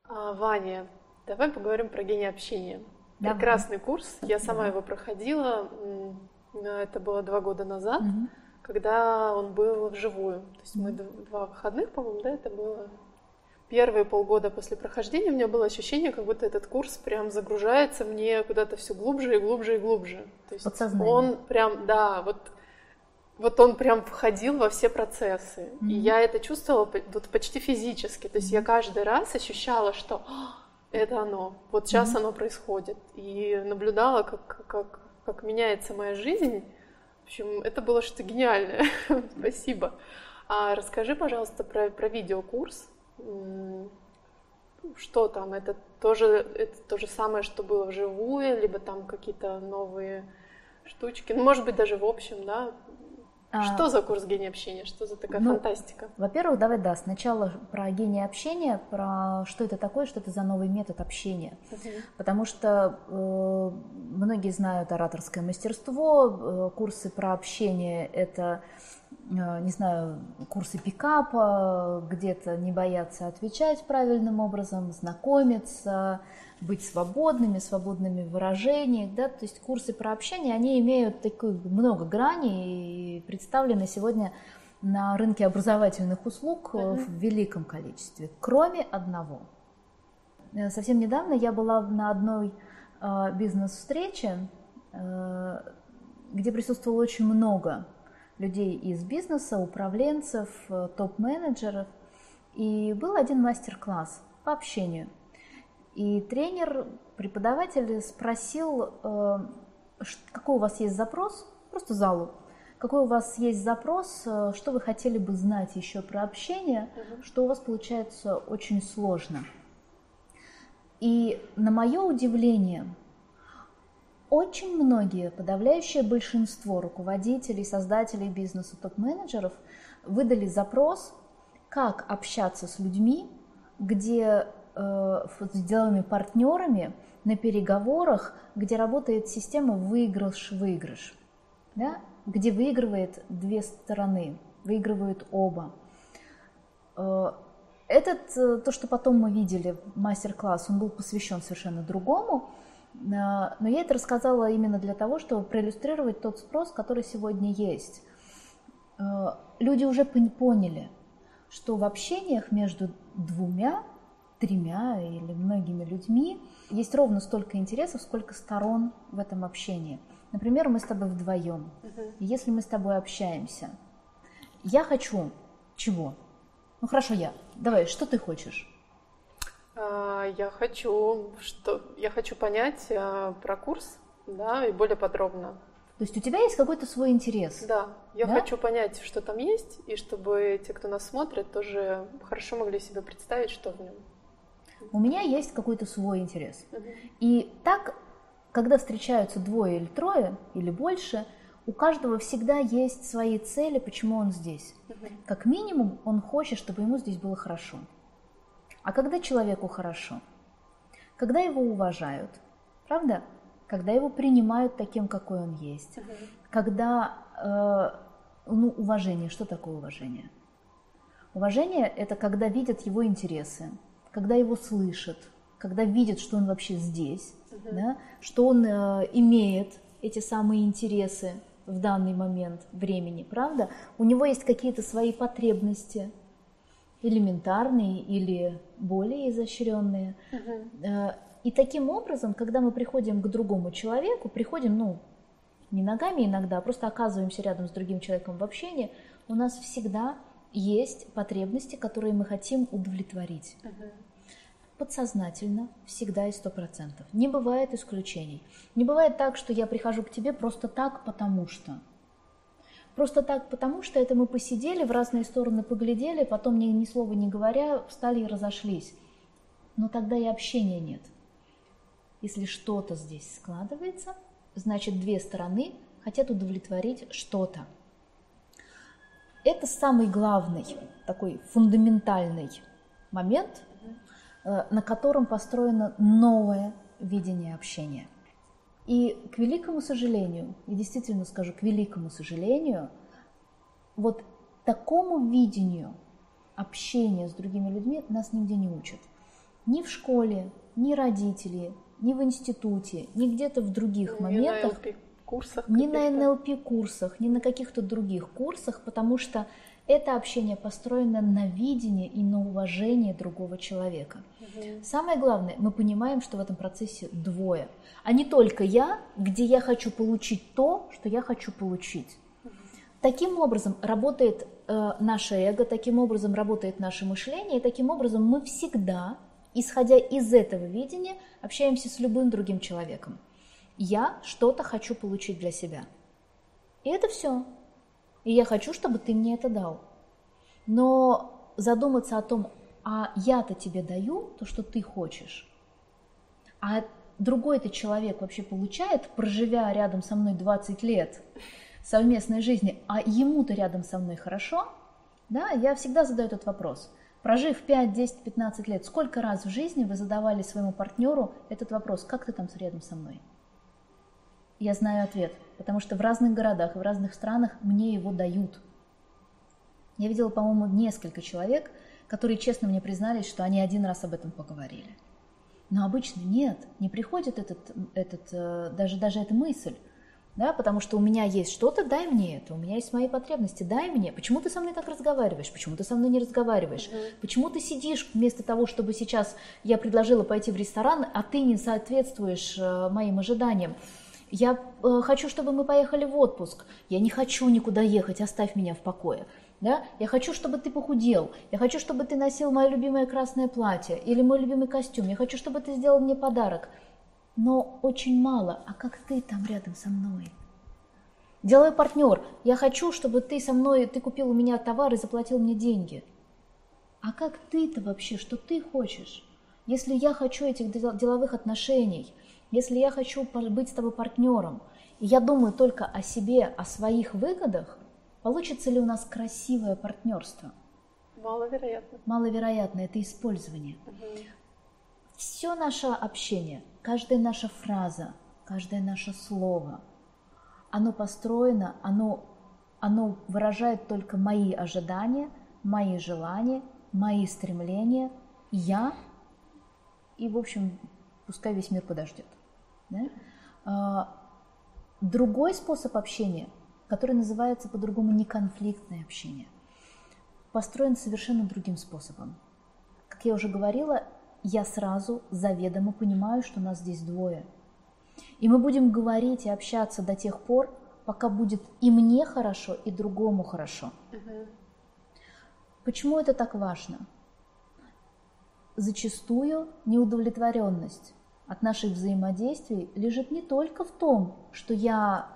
Ваня, давай поговорим про гений общения. Давай. Прекрасный курс, я сама его проходила, это было 2 года назад, когда он был вживую. То есть мы 2 выходных, по-моему, да, это было. Первые полгода после прохождения у меня было ощущение, как будто этот курс прям загружается мне куда-то все глубже и глубже и глубже. То есть Подсознание. он прям, да, вот он прям входил во все процессы. И я это чувствовала почти физически. То есть я каждый раз ощущала, что это оно, вот сейчас оно происходит. И наблюдала, как меняется моя жизнь. В общем, это было что-то гениальное. Спасибо. Расскажи, пожалуйста, про видеокурс. Что там? Это то же самое, что было вживую, либо там какие-то новые штучки? Ну, может быть, даже в общем, да? Что за курс гений общения? Что за такая фантастика? Во-первых, давай, сначала про гений общения, про что это такое, что это за новый метод общения. Потому что многие знают ораторское мастерство, курсы про общение – это, не знаю, курсы пикапа, где-то не бояться отвечать правильным образом, знакомиться, быть свободными в выражениях, да, то есть курсы про общение, они имеют много граней и представлены сегодня на рынке образовательных услуг в великом количестве, кроме одного. Совсем недавно я была на одной бизнес-встрече, где присутствовало очень много людей из бизнеса, управленцев, топ-менеджеров, и был один мастер-класс по общению. И тренер, преподаватель спросил, какой у вас есть запрос, просто залу, какой у вас есть запрос, что вы хотели бы знать еще про общение, что у вас получается очень сложно. И на мое удивление, очень многие, подавляющее большинство руководителей, создателей бизнеса, топ-менеджеров выдали запрос, как общаться с людьми, где с деловыми партнерами на переговорах, где работает система выигрыш-выигрыш, да? Где выигрывает две стороны, выигрывают оба. То, что потом мы видели, мастер-класс, он был посвящен совершенно другому, но я это рассказала именно для того, чтобы проиллюстрировать тот спрос, который сегодня есть. Люди уже поняли, что в общениях между тремя или многими людьми есть ровно столько интересов, сколько сторон в этом общении. Например, мы с тобой вдвоем. И если мы с тобой общаемся, я хочу чего? Ну хорошо, давай, что ты хочешь? Я хочу понять про курс, да, и более подробно. То есть у тебя есть какой-то свой интерес? Да, я хочу понять, что там есть, и чтобы те, кто нас смотрит, тоже хорошо могли себе представить, что в нем. У меня есть какой-то свой интерес. И так, когда встречаются двое или трое, или больше, у каждого всегда есть свои цели, почему он здесь. Как минимум, он хочет, чтобы ему здесь было хорошо. А когда человеку хорошо? Когда его уважают, правда? Когда его принимают таким, какой он есть. Когда, уважение, что такое уважение? Уважение – это когда видят его интересы, когда его слышат, когда видят, что он вообще здесь, да? Что он имеет эти самые интересы в данный момент времени, правда? У него есть какие-то свои потребности, элементарные или более изощренные. И таким образом, когда мы приходим к другому человеку, приходим, не ногами иногда, а просто оказываемся рядом с другим человеком в общении, у нас всегда есть потребности, которые мы хотим удовлетворить. Подсознательно, всегда и 100%. Не бывает исключений. Не бывает так, что я прихожу к тебе просто так, потому что. Просто так, потому что это мы посидели, в разные стороны поглядели, потом ни слова не говоря, встали и разошлись. Но тогда и общения нет. Если что-то здесь складывается, значит, две стороны хотят удовлетворить что-то. Это самый главный, такой фундаментальный момент, на котором построено новое видение общения. И к великому сожалению, и действительно скажу, к великому сожалению, вот такому видению общения с другими людьми нас нигде не учат. Ни в школе, ни родители, ни в институте, ни где-то в других моментах. Ни на НЛП-курсах, ни на каких-то других курсах, потому что это общение построено на видении и на уважении другого человека. Самое главное, мы понимаем, что в этом процессе двое, а не только я, где я хочу получить то, что я хочу получить. Таким образом работает наше эго, таким образом работает наше мышление, и таким образом мы всегда, исходя из этого видения, общаемся с любым другим человеком. Я что-то хочу получить для себя. И это все. И я хочу, чтобы ты мне это дал. Но задуматься о том, а я-то тебе даю то, что ты хочешь, а другой-то человек вообще получает, проживя рядом со мной 20 лет совместной жизни, а ему-то рядом со мной хорошо, да, я всегда задаю этот вопрос. Прожив 5, 10, 15 лет, сколько раз в жизни вы задавали своему партнеру этот вопрос, как ты там рядом со мной? Я знаю ответ, потому что в разных городах и в разных странах мне его дают. Я видела, по-моему, несколько человек, которые честно мне признались, что они один раз об этом поговорили. Но обычно нет, не приходит даже эта мысль, да, потому что у меня есть что-то, дай мне это, у меня есть мои потребности, дай мне. Почему ты со мной так разговариваешь, почему ты со мной не разговариваешь, почему ты сидишь вместо того, чтобы сейчас я предложила пойти в ресторан, а ты не соответствуешь моим ожиданиям. Я хочу, чтобы мы поехали в отпуск. Я не хочу никуда ехать, оставь меня в покое. Да? Я хочу, чтобы ты похудел. Я хочу, чтобы ты носил мое любимое красное платье или мой любимый костюм. Я хочу, чтобы ты сделал мне подарок. Но очень мало. А как ты там рядом со мной? Деловой партнер. Я хочу, чтобы ты со мной, ты купил у меня товар и заплатил мне деньги. А как ты-то вообще, что ты хочешь? Если я хочу этих деловых отношений, если я хочу быть с тобой партнером, и я думаю только о себе, о своих выгодах, получится ли у нас красивое партнерство? Маловероятно. Маловероятно, это использование. Все наше общение, каждая наша фраза, каждое наше слово, оно построено, оно выражает только мои ожидания, мои желания, мои стремления, я, и, в общем, пускай весь мир подождет. Да? Другой способ общения, который называется по-другому неконфликтное общение, построен совершенно другим способом. Как я уже говорила, я сразу заведомо понимаю, что нас здесь двое. И мы будем говорить и общаться до тех пор, пока будет и мне хорошо, и другому хорошо. Почему это так важно? Зачастую неудовлетворенность от наших взаимодействий лежит не только в том, что я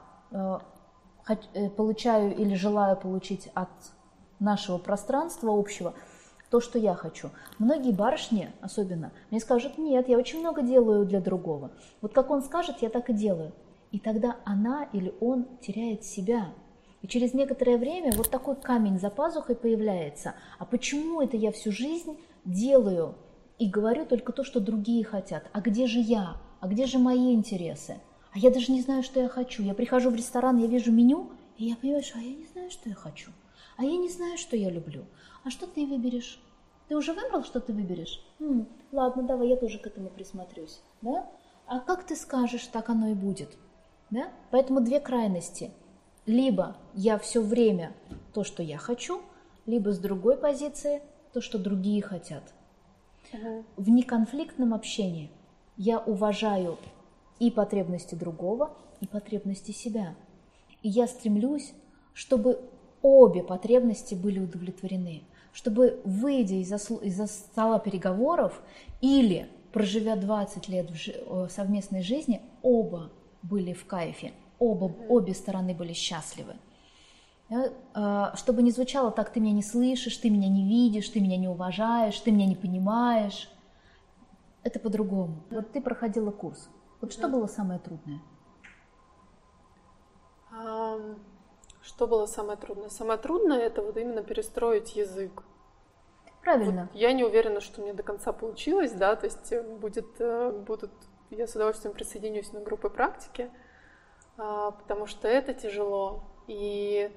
получаю или желаю получить от нашего пространства общего то, что я хочу. Многие барышни, особенно, мне скажут: нет, я очень много делаю для другого. Вот как он скажет, я так и делаю. И тогда она или он теряет себя. И через некоторое время вот такой камень за пазухой появляется. А почему это я всю жизнь делаю и говорю только то, что другие хотят? А где же я? А где же мои интересы? А я даже не знаю, что я хочу. Я прихожу в ресторан, я вижу меню, и я понимаю, что я не знаю, что я хочу. А я не знаю, что я люблю. А что ты выберешь? Ты уже выбрал, что ты выберешь? Ладно, давай, я тоже к этому присмотрюсь. Да? А как ты скажешь, так оно и будет. Да? Поэтому две крайности. Либо я все время то, что я хочу, либо с другой позиции то, что другие хотят. В неконфликтном общении я уважаю и потребности другого, и потребности себя. И я стремлюсь, чтобы обе потребности были удовлетворены, чтобы, выйдя из-за стола переговоров или проживя 20 лет в совместной жизни, оба были в кайфе, обе стороны были счастливы. Чтобы не звучало так: ты меня не слышишь, ты меня не видишь, ты меня не уважаешь, ты меня не понимаешь. Это по-другому. Вот ты проходила курс. Вот что было самое трудное? Что было самое трудное? Самое трудное — это вот именно перестроить язык. Правильно. Вот я не уверена, что мне до конца получилось, да, то есть я с удовольствием присоединюсь на группы практики, потому что это тяжело. И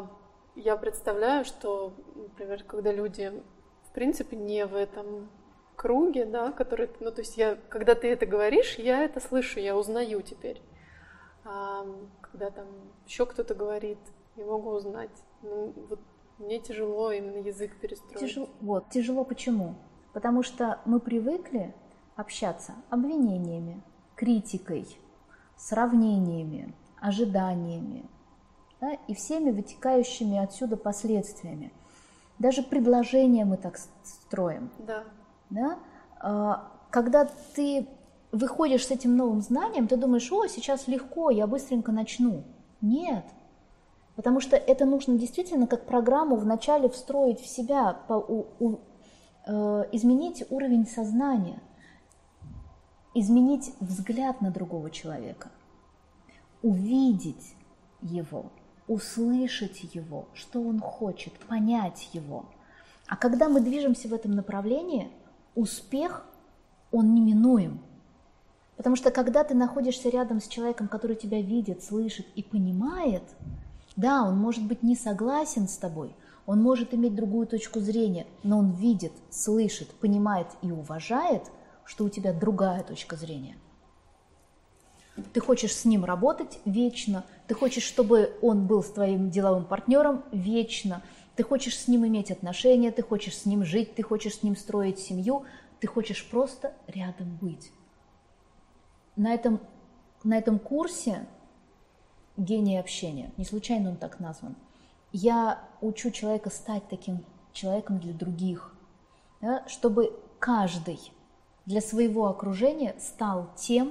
я представляю, что, например, когда люди, в принципе, не в этом круге, да, который, ну, то есть когда ты это говоришь, я это слышу, я узнаю теперь. А когда там еще кто-то говорит, не могу узнать. Ну, вот мне тяжело именно язык перестроить. Тяжело почему? Потому что мы привыкли общаться обвинениями, критикой, сравнениями, ожиданиями, да, и всеми вытекающими отсюда последствиями. Даже предложения мы так строим. Да. Да? Когда ты выходишь с этим новым знанием, ты думаешь, сейчас легко, я быстренько начну. Нет. Потому что это нужно действительно как программу вначале встроить в себя, изменить уровень сознания, изменить взгляд на другого человека, увидеть его, услышать его, что он хочет, понять его. А когда мы движемся в этом направлении, успех, он неминуем. Потому что когда ты находишься рядом с человеком, который тебя видит, слышит и понимает, да, он может быть не согласен с тобой, он может иметь другую точку зрения, но он видит, слышит, понимает и уважает, что у тебя другая точка зрения. Ты хочешь с ним работать вечно, ты хочешь, чтобы он был с твоим деловым партнером вечно, ты хочешь с ним иметь отношения, ты хочешь с ним жить, ты хочешь с ним строить семью, ты хочешь просто рядом быть. На этом курсе «Гений общения», не случайно он так назван, я учу человека стать таким человеком для других, да, чтобы каждый для своего окружения стал тем,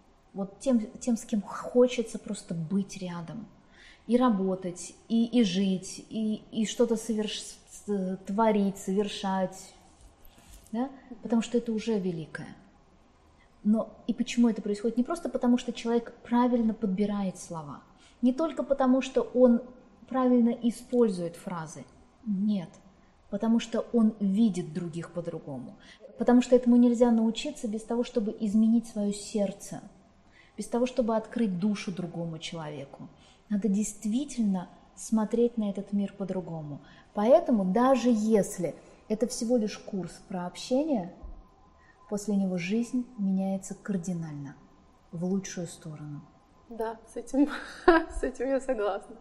с кем хочется просто быть рядом, и работать, и жить, и что-то творить, совершать, да? Потому что это уже великое. Но и почему это происходит? Не просто потому, что человек правильно подбирает слова, не только потому, что он правильно использует фразы, нет, потому что он видит других по-другому, потому что этому нельзя научиться без того, чтобы изменить свое сердце, без того, чтобы открыть душу другому человеку. Надо действительно смотреть на этот мир по-другому. Поэтому даже если это всего лишь курс про общение, после него жизнь меняется кардинально, в лучшую сторону. Да, с этим я согласна.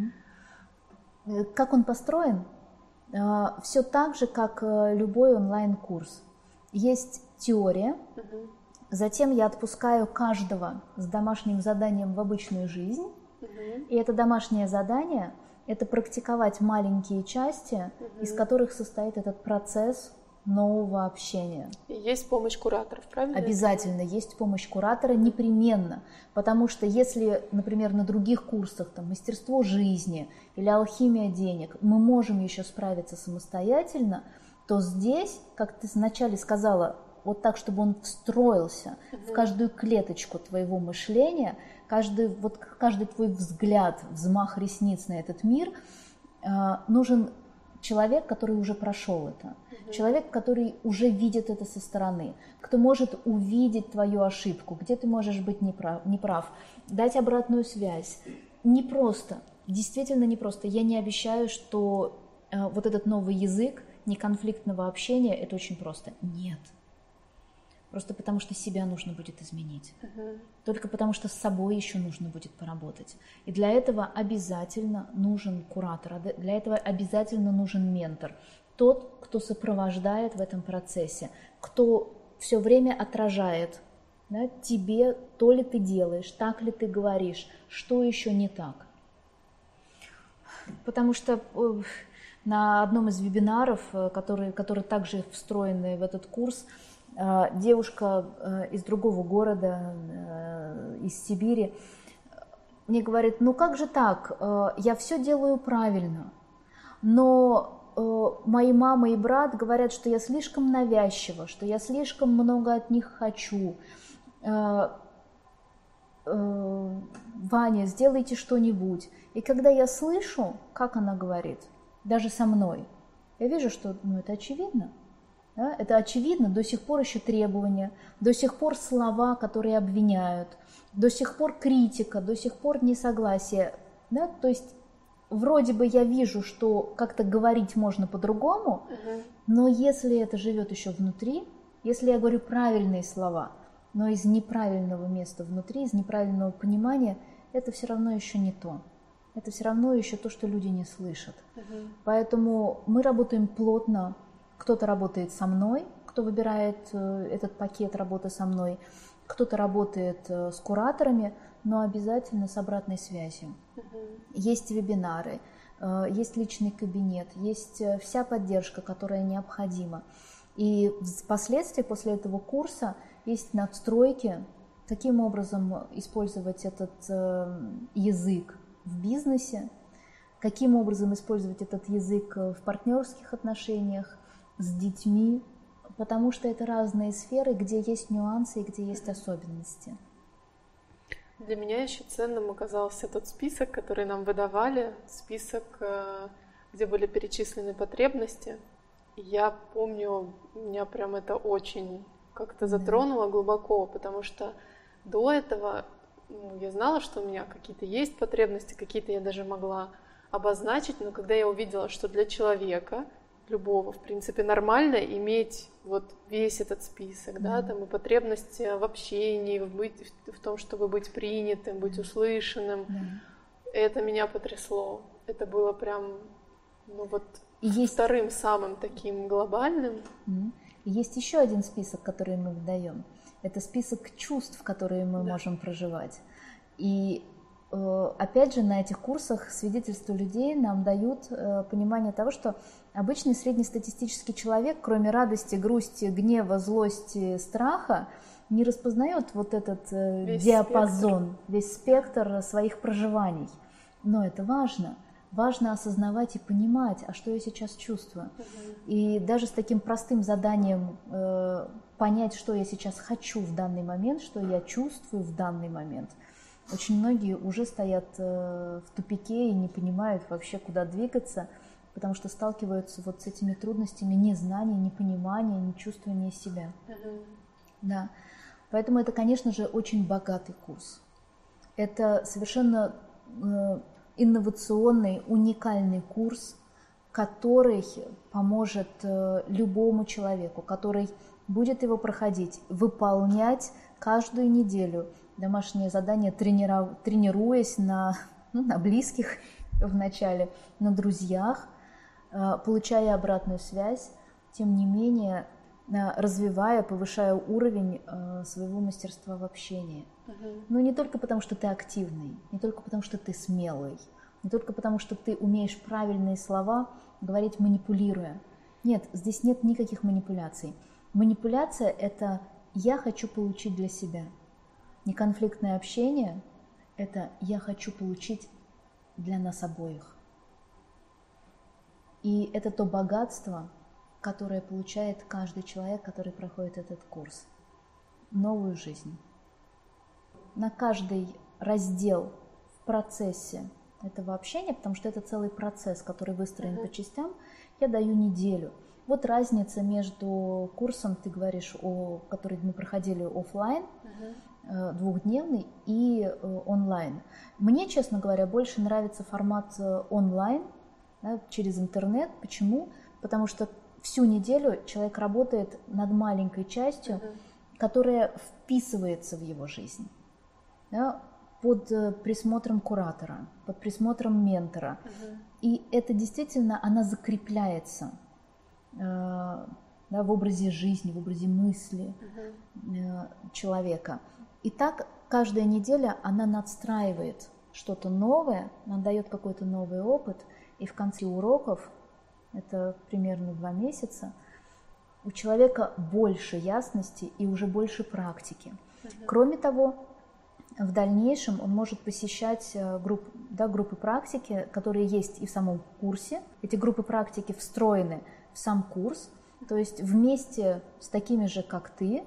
Как он построен? Все так же, как любой онлайн-курс. Есть теория, затем я отпускаю каждого с домашним заданием в обычную жизнь, и это домашнее задание – это практиковать маленькие части, из которых состоит этот процесс нового общения. И есть помощь кураторов, правильно? Обязательно есть помощь куратора, непременно. Потому что если, например, на других курсах, там, мастерство жизни или алхимия денег, мы можем еще справиться самостоятельно, то здесь, как ты вначале сказала, вот так, чтобы он встроился в каждую клеточку твоего мышления, каждый твой взгляд, взмах ресниц на этот мир, нужен человек, который уже прошел это, человек, который уже видит это со стороны, кто может увидеть твою ошибку, где ты можешь быть неправ, дать обратную связь. Непросто, действительно непросто. Я не обещаю, что вот этот новый язык неконфликтного общения – это очень просто. Нет. Просто потому, что себя нужно будет изменить. Только потому, что с собой еще нужно будет поработать. И для этого обязательно нужен куратор, для этого обязательно нужен ментор. Тот, кто сопровождает в этом процессе, кто все время отражает, да, тебе, то ли ты делаешь, так ли ты говоришь, что еще не так. Потому что на одном из вебинаров, которые также встроены в этот курс, девушка из другого города, из Сибири, мне говорит, ну как же так, я все делаю правильно, но мои мама и брат говорят, что я слишком навязчива, что я слишком много от них хочу. Ваня, сделайте что-нибудь. И когда я слышу, как она говорит, даже со мной, я вижу, что это очевидно. Да? Это очевидно, до сих пор еще требования, до сих пор слова, которые обвиняют, до сих пор критика, до сих пор несогласие. Да? То есть вроде бы я вижу, что как-то говорить можно по-другому, но если это живет еще внутри, Если я говорю правильные слова, но из неправильного места внутри, из неправильного понимания, это все равно еще не то. Это все равно еще то, что люди не слышат. Поэтому мы работаем плотно. Кто-то работает со мной, кто выбирает этот пакет работы со мной, кто-то работает с кураторами, но обязательно с обратной связью. Есть вебинары, есть личный кабинет, есть вся поддержка, которая необходима. И впоследствии, после этого курса, есть надстройки, каким образом использовать этот язык в бизнесе, каким образом использовать этот язык в партнерских отношениях, с детьми, потому что это разные сферы, где есть нюансы и где есть особенности. Для меня еще ценным оказался тот список, который нам выдавали, список, где были перечислены потребности. И я помню, меня прям это очень как-то затронуло глубоко, потому что до этого я знала, что у меня какие-то есть потребности, какие-то я даже могла обозначить, но когда я увидела, что для человека, любого, в принципе, нормально иметь вот весь этот список, да, там и потребности в общении, в том, чтобы быть принятым, быть услышанным, это меня потрясло. Это было прям, вторым самым таким глобальным. Есть еще один список, который мы выдаем. Это список чувств, которые мы можем проживать. И опять же, на этих курсах свидетельства людей нам дают понимание того, что обычный среднестатистический человек, кроме радости, грусти, гнева, злости, страха, не распознает вот этот диапазон, весь спектр своих проживаний. Но это важно. Важно осознавать и понимать, а что я сейчас чувствую. И даже с таким простым заданием понять, что я сейчас хочу в данный момент, что я чувствую в данный момент, очень многие уже стоят в тупике и не понимают вообще, куда двигаться, потому что сталкиваются вот с этими трудностями незнания, непонимания, нечувствования себя. Да. Поэтому это, конечно же, очень богатый курс. Это совершенно инновационный, уникальный курс, который поможет любому человеку, который будет его проходить, выполнять каждую неделю домашние задания, тренируясь на близких вначале, на друзьях, получая обратную связь, тем не менее развивая, повышая уровень своего мастерства в общении. Но не только потому, что ты активный, не только потому, что ты смелый, не только потому, что ты умеешь правильные слова говорить, манипулируя. Нет, здесь нет никаких манипуляций. Манипуляция – это «я хочу получить для себя». Неконфликтное общение – это «я хочу получить для нас обоих». И это то богатство, которое получает каждый человек, который проходит этот курс. Новую жизнь. На каждый раздел в процессе этого общения, потому что это целый процесс, который выстроен по частям, я даю неделю. Вот разница между курсом, ты говоришь, который мы проходили офлайн, двухдневный, и онлайн. Мне, честно говоря, больше нравится формат онлайн, да, через интернет. Почему? Потому что всю неделю человек работает над маленькой частью, которая вписывается в его жизнь, да, под присмотром куратора, под присмотром ментора. И это действительно, она закрепляется да, в образе жизни, в образе мысли человека. И так каждая неделя она надстраивает что-то новое, она дает какой-то новый опыт, и в конце уроков, это примерно 2 месяца, у человека больше ясности и уже больше практики. Кроме того, в дальнейшем он может посещать группы практики, которые есть и в самом курсе. Эти группы практики встроены в сам курс, то есть вместе с такими же, как ты,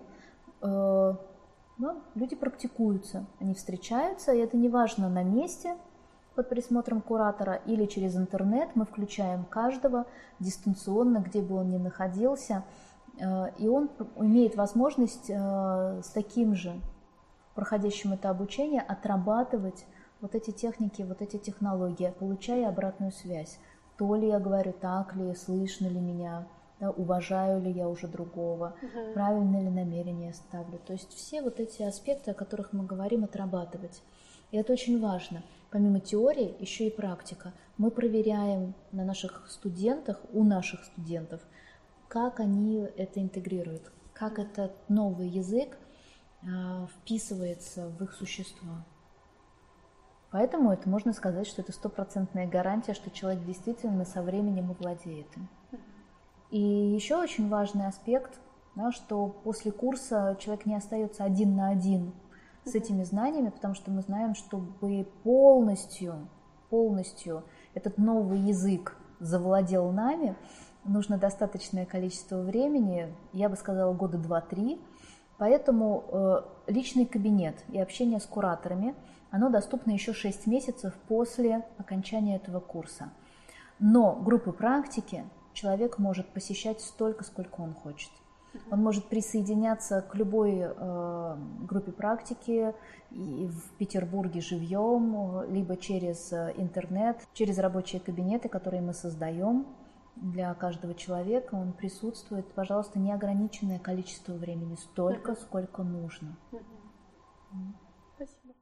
люди практикуются, они встречаются, и это не важно на месте под присмотром куратора или через интернет. Мы включаем каждого дистанционно, где бы он ни находился, и он имеет возможность с таким же проходящим это обучение отрабатывать вот эти техники, вот эти технологии, получая обратную связь. То ли я говорю, так ли, слышно ли меня, да, уважаю ли я уже другого, правильно ли намерение ставлю. То есть все вот эти аспекты, о которых мы говорим, отрабатывать. И это очень важно. Помимо теории, еще и практика. Мы проверяем на наших студентах, у наших студентов, как они это интегрируют, как этот новый язык вписывается в их существо. Поэтому это можно сказать, что это стопроцентная гарантия, что человек действительно со временем овладеет им. И еще очень важный аспект, да, что после курса человек не остается один на один с этими знаниями, потому что мы знаем, чтобы полностью этот новый язык завладел нами, нужно достаточное количество времени, я бы сказала, года 2-3. Поэтому личный кабинет и общение с кураторами, оно доступно еще 6 месяцев после окончания этого курса. Но группы практики человек может посещать столько, сколько он хочет. Он может присоединяться к любой группе практики и в Петербурге живьем, либо через интернет, через рабочие кабинеты, которые мы создаем для каждого человека. Он присутствует, пожалуйста, неограниченное количество времени, столько, сколько нужно. Спасибо.